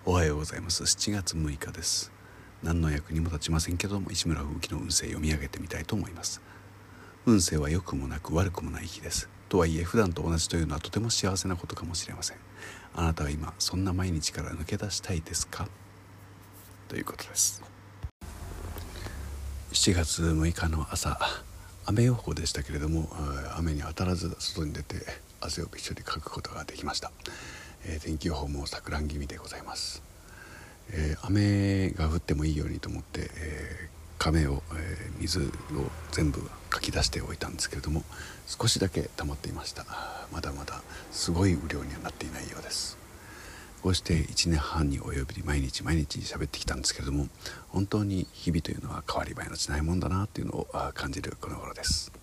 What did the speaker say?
おはようございます。7月6日です。何の役にも立ちませんけども、石村風紀の運勢読み上げてみたいと思います。運勢は良くもなく悪くもない日です。とはいえ普段と同じというのはとても幸せなことかもしれません。あなたは今そんな毎日から抜け出したいですか？ということです。7月6日の朝、雨予報でしたけれども、雨に当たらず外に出て汗をびっしょりかくことができました。天気予報も錯乱気味でございます。雨が降ってもいいようにと思って、亀を、水を全部かき出しておいたんですけれども、少しだけ溜まっていました。まだまだすごい雨量にはなっていないようです。こうして1年半に及び毎日喋ってきたんですけれども、本当に日々というのは変わり映えのしないもんだなっていうのを感じるこの頃です。